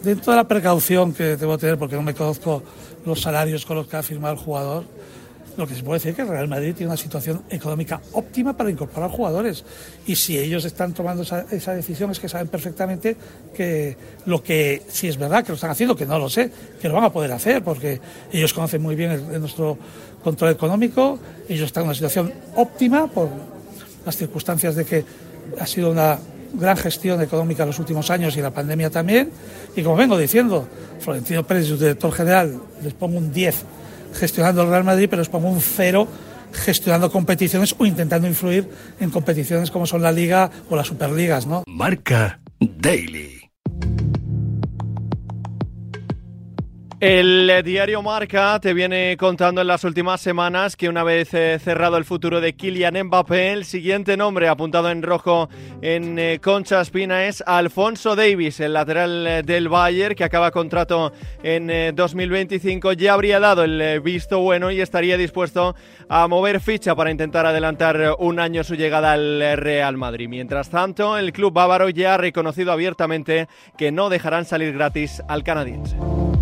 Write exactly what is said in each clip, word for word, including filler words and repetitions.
dentro de la precaución que debo tener, porque no me conozco los salarios con los que ha firmado el jugador, lo que se puede decir es que el Real Madrid tiene una situación económica óptima para incorporar jugadores, y si ellos están tomando esa, esa decisión es que saben perfectamente que lo que, si es verdad que lo están haciendo, que no lo sé, que lo van a poder hacer, porque ellos conocen muy bien el, el nuestro control económico, ellos están en una situación óptima por las circunstancias de que ha sido una gran gestión económica en los últimos años y la pandemia también, y como vengo diciendo, Florentino Pérez, su director general, les pongo un diez gestionando el Real Madrid, pero les pongo un cero gestionando competiciones o intentando influir en competiciones como son la Liga o las Superligas, ¿no? Marca Daily. El diario Marca te viene contando en las últimas semanas que una vez eh, cerrado el futuro de Kylian Mbappé, el siguiente nombre apuntado en rojo en eh, concha espina es Alphonso Davies, el lateral eh, del Bayern, que acaba contrato en eh, dos mil veinticinco. Ya habría dado el eh, visto bueno y estaría dispuesto a mover ficha para intentar adelantar un año su llegada al Real Madrid. Mientras tanto, el club bávaro ya ha reconocido abiertamente que no dejarán salir gratis al canadiense.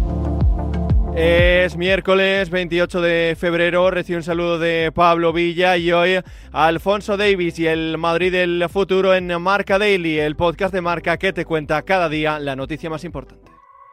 Es miércoles veintiocho de febrero, recibo un saludo de Pablo Villa y hoy Alphonso Davies y el Madrid del futuro en Marca Daily, el podcast de Marca que te cuenta cada día la noticia más importante.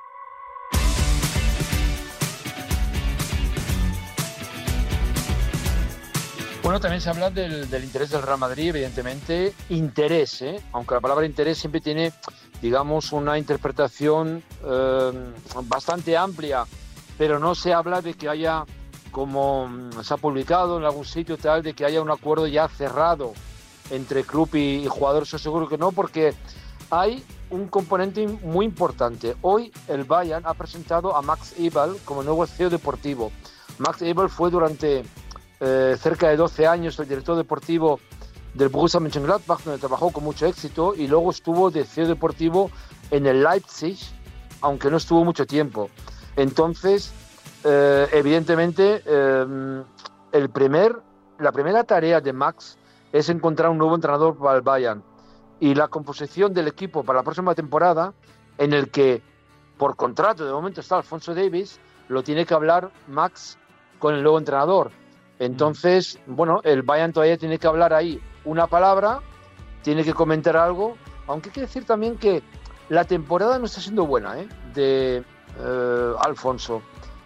Bueno, también se habla del, del interés del Real Madrid, evidentemente, interés, ¿eh? Aunque la palabra interés siempre tiene, digamos, una interpretación eh, bastante amplia, pero no se habla de que haya, como se ha publicado en algún sitio tal, de que haya un acuerdo ya cerrado entre club y, y jugador. Eso seguro que no, porque hay un componente muy importante. Hoy el Bayern ha presentado a Max Eberl como nuevo C E O deportivo. Max Eberl fue durante eh, cerca de doce años el director deportivo del Borussia Mönchengladbach, donde trabajó con mucho éxito, y luego estuvo de C E O deportivo en el Leipzig, aunque no estuvo mucho tiempo. Entonces, eh, evidentemente, eh, el primer, la primera tarea de Max es encontrar un nuevo entrenador para el Bayern. Y la composición del equipo para la próxima temporada, en el que por contrato de momento está Alphonso Davies, lo tiene que hablar Max con el nuevo entrenador. Entonces, bueno, el Bayern todavía tiene que hablar ahí una palabra, tiene que comentar algo, aunque hay que decir también que la temporada no está siendo buena, ¿eh? de eh, Alfonso.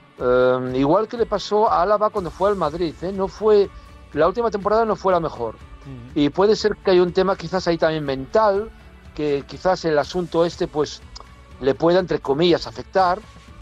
Eh, igual que le pasó a Álava cuando fue al Madrid, ¿eh? No fue, la última temporada no fue la mejor. Uh-huh. Y puede ser que haya un tema quizás ahí también mental, que quizás el asunto este pues le pueda, entre comillas, afectar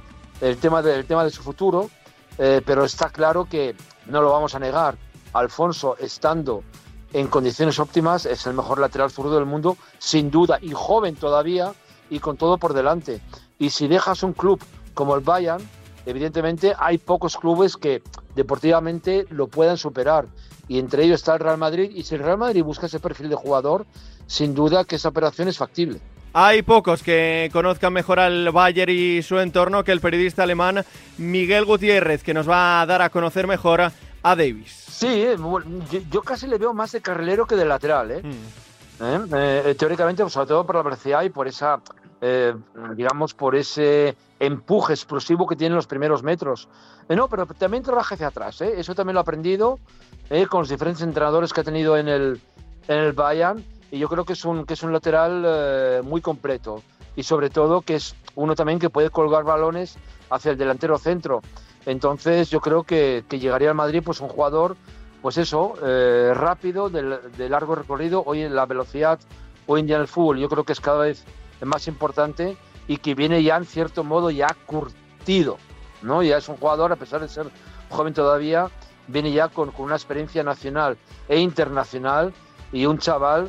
el tema de, el tema de su futuro, eh, pero está claro que no lo vamos a negar. Alfonso, estando en condiciones óptimas, es el mejor lateral zurdo del mundo, sin duda, y joven todavía, y con todo por delante. Y si dejas un club como el Bayern, evidentemente hay pocos clubes que deportivamente lo puedan superar, y entre ellos está el Real Madrid, y si el Real Madrid busca ese perfil de jugador, sin duda que esa operación es factible. Hay pocos que conozcan mejor al Bayern y su entorno que el periodista alemán Miguel Gutiérrez, que nos va a dar a conocer mejor a Davies. Sí, yo, yo casi le veo más de carrilero que de lateral, ¿eh? Mm. ¿Eh? Eh, teóricamente, sobre todo por la velocidad y por esa, eh, digamos, por ese empuje explosivo que tiene en los primeros metros. Eh, no, pero también trabaja hacia atrás, ¿eh? Eso también lo ha aprendido eh, con los diferentes entrenadores que ha tenido en el, en el Bayern. Y yo creo que es un, que es un lateral eh, muy completo, y sobre todo que es uno también que puede colgar balones hacia el delantero centro. Entonces yo creo que, que llegaría al Madrid pues un jugador, pues eso, eh, rápido, de, de largo recorrido. Hoy en la velocidad, hoy en día en el fútbol, yo creo que es cada vez más importante, y que viene ya en cierto modo ya curtido, ¿no? Ya es un jugador, a pesar de ser joven todavía, viene ya con, con una experiencia nacional e internacional, y un chaval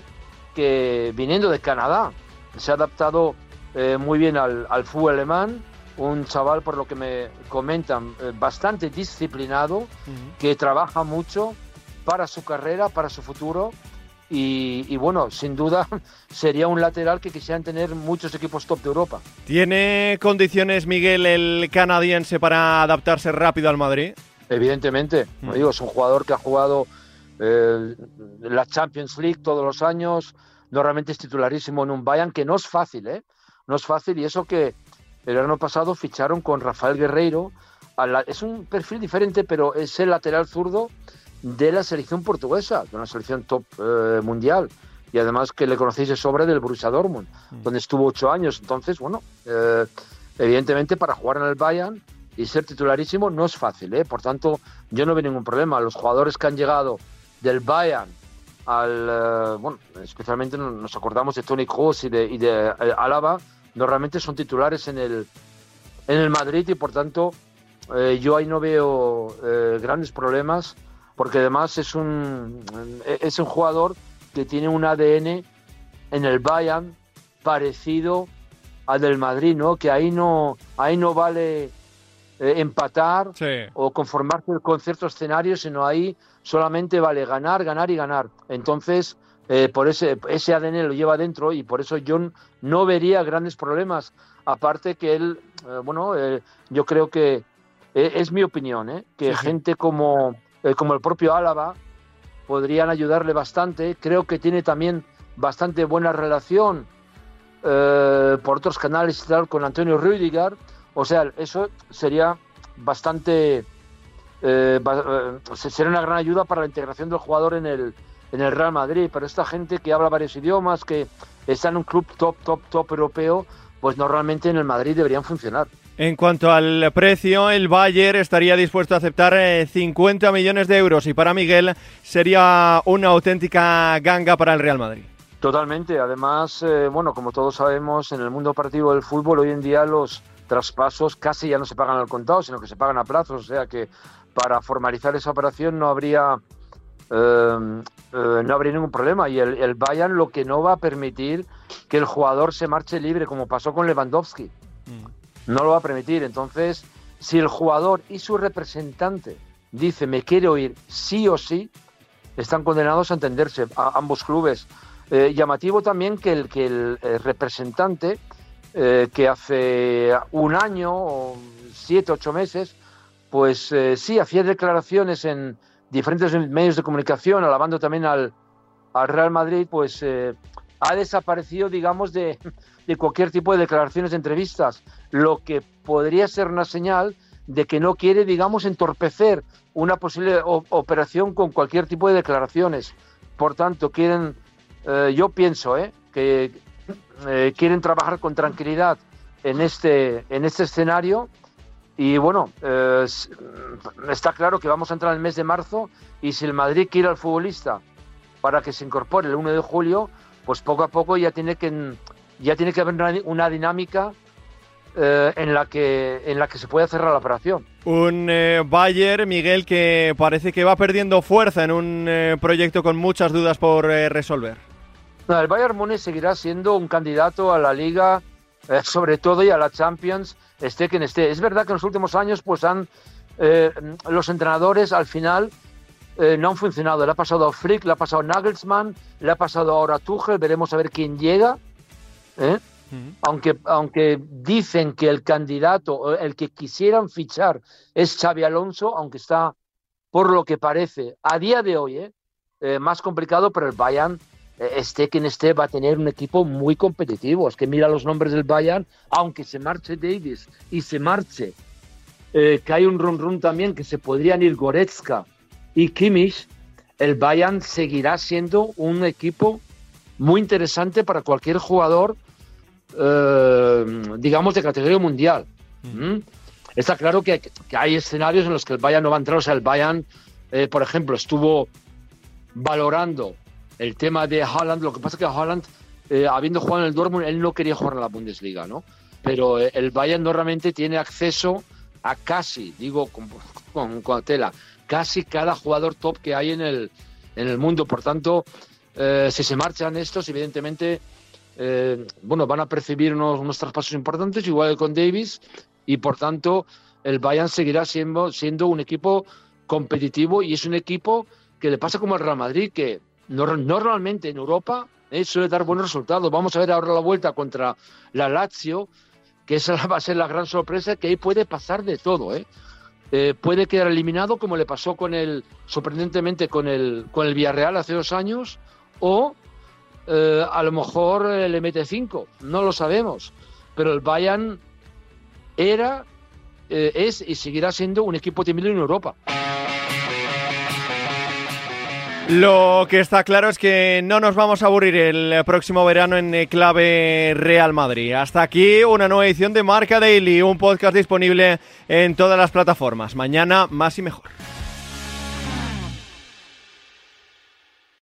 que viniendo de Canadá se ha adaptado eh, muy bien al, al fútbol alemán, un chaval, por lo que me comentan, eh, bastante disciplinado, uh-huh. que trabaja mucho para su carrera, para su futuro, y, y bueno, sin duda sería un lateral que quisieran tener muchos equipos top de Europa. ¿Tiene condiciones, Miguel, el canadiense para adaptarse rápido al Madrid? Evidentemente, uh-huh. Digo, es un jugador que ha jugado Eh, la Champions League todos los años, normalmente es titularísimo en un Bayern, que no es fácil, ¿eh? No es fácil, y eso que el año pasado ficharon con Rafael Guerreiro. A la, es un perfil diferente, pero es el lateral zurdo de la selección portuguesa, de una selección top eh, mundial. Y además que le conocéis de sobra del Borussia Dortmund, mm. donde estuvo ocho años. Entonces, bueno, eh, evidentemente para jugar en el Bayern y ser titularísimo no es fácil, ¿eh? Por tanto, yo no veo ningún problema. Los jugadores que han llegado del Bayern al, eh, bueno, especialmente nos acordamos de Toni Kroos y de, y de eh, Alaba, normalmente son titulares en el, en el Madrid y por tanto eh, yo ahí no veo eh, grandes problemas, porque además es un, es un jugador que tiene un A D N en el Bayern parecido al del Madrid, ¿no? Que ahí no, ahí no vale eh, empatar sí. o conformarse con ciertos escenarios, sino ahí solamente vale ganar, ganar y ganar. Entonces, eh, por ese, ese A D N lo lleva dentro y por eso yo no vería grandes problemas. Aparte que él, eh, bueno, eh, yo creo que eh, es mi opinión, ¿eh? que sí, gente sí. como, eh, como el propio Álava podrían ayudarle bastante. Creo que tiene también bastante buena relación eh, por otros canales y tal con Antonio Rüdiger. O sea, eso sería bastante eh, eh, sería una gran ayuda para la integración del jugador en el, en el Real Madrid. Pero esta gente que habla varios idiomas, que está en un club top, top, top europeo, pues normalmente en el Madrid deberían funcionar. En cuanto al precio, el Bayern estaría dispuesto a aceptar eh, cincuenta millones de euros y para Miguel sería una auténtica ganga para el Real Madrid. Totalmente. Además, eh, bueno, como todos sabemos, en el mundo operativo del fútbol hoy en día los traspasos casi ya no se pagan al contado, sino que se pagan a plazos. O sea que para formalizar esa operación no habría eh, eh, no habría ningún problema. Y el, el Bayern lo que no va a permitir que el jugador se marche libre, como pasó con Lewandowski. Mm. No lo va a permitir. Entonces, si el jugador y su representante dice me quiero ir sí o sí, están condenados a entenderse a ambos clubes. Eh, llamativo también que el, que el, el representante eh, que hace un año o siete, ocho meses, pues eh, sí, hacía declaraciones en diferentes medios de comunicación, alabando también al, al Real Madrid, pues eh, ha desaparecido, digamos, de, de cualquier tipo de declaraciones, de entrevistas, lo que podría ser una señal de que no quiere, digamos, entorpecer una posible o- operación con cualquier tipo de declaraciones. Por tanto, quieren, eh, yo pienso, eh, que eh, quieren trabajar con tranquilidad en este, en este escenario. Y bueno, eh, está claro que vamos a entrar en el mes de marzo y si el Madrid quiere al futbolista para que se incorpore el uno de julio, pues poco a poco ya tiene que, ya tiene que haber una, una dinámica eh, en la que en la que se pueda cerrar la operación. Un eh, Bayern, Miguel, que parece que va perdiendo fuerza en un eh, proyecto con muchas dudas por eh, resolver. No, el Bayern Múnich seguirá siendo un candidato a la Liga, eh, sobre todo, y a la Champions, esté quien esté. Es verdad que en los últimos años pues han eh, los entrenadores al final eh, no han funcionado. Le ha pasado a Flick, le ha pasado a Nagelsmann, le ha pasado ahora a Tuchel. Veremos a ver quién llega. ¿eh? Uh-huh. Aunque, aunque dicen que el candidato, el que quisieran fichar es Xabi Alonso, aunque está, por lo que parece, a día de hoy, ¿eh? Eh, más complicado, pero el Bayern, eh, esté quien esté, va a tener un equipo muy competitivo. Es que mira los nombres del Bayern, aunque se marche Davis y se marche, eh, que hay un run run también, que se podrían ir Goretzka y Kimmich, el Bayern seguirá siendo un equipo muy interesante para cualquier jugador, eh, digamos, de categoría mundial. Mm. ¿Mm? Está claro que, que hay escenarios en los que el Bayern no va a entrar. O sea, el Bayern, eh, por ejemplo, estuvo valorando el tema de Haaland. Lo que pasa es que Haaland, eh, habiendo jugado en el Dortmund, él no quería jugar en la Bundesliga, ¿no? Pero eh, el Bayern normalmente tiene acceso a casi, digo con, con, con tela, casi cada jugador top que hay en el, en el mundo. Por tanto, eh, si se marchan estos, evidentemente, eh, bueno, van a percibir unos, unos traspasos importantes, igual que con Davis, y por tanto el Bayern seguirá siendo, siendo un equipo competitivo, y es un equipo que le pasa como al Real Madrid, que no, normalmente en Europa eh, suele dar buenos resultados. Vamos a ver ahora la vuelta contra la Lazio, que esa va a ser la gran sorpresa, que ahí puede pasar de todo, ¿eh? Eh, puede quedar eliminado, como le pasó con el, sorprendentemente con el, con el Villarreal hace dos años, o eh, a lo mejor eh, le mete cinco, no lo sabemos. Pero el Bayern era, eh, es y seguirá siendo un equipo temible en Europa. Lo que está claro es que no nos vamos a aburrir el próximo verano en clave Real Madrid. Hasta aquí una nueva edición de Marca Daily, un podcast disponible en todas las plataformas. Mañana más y mejor.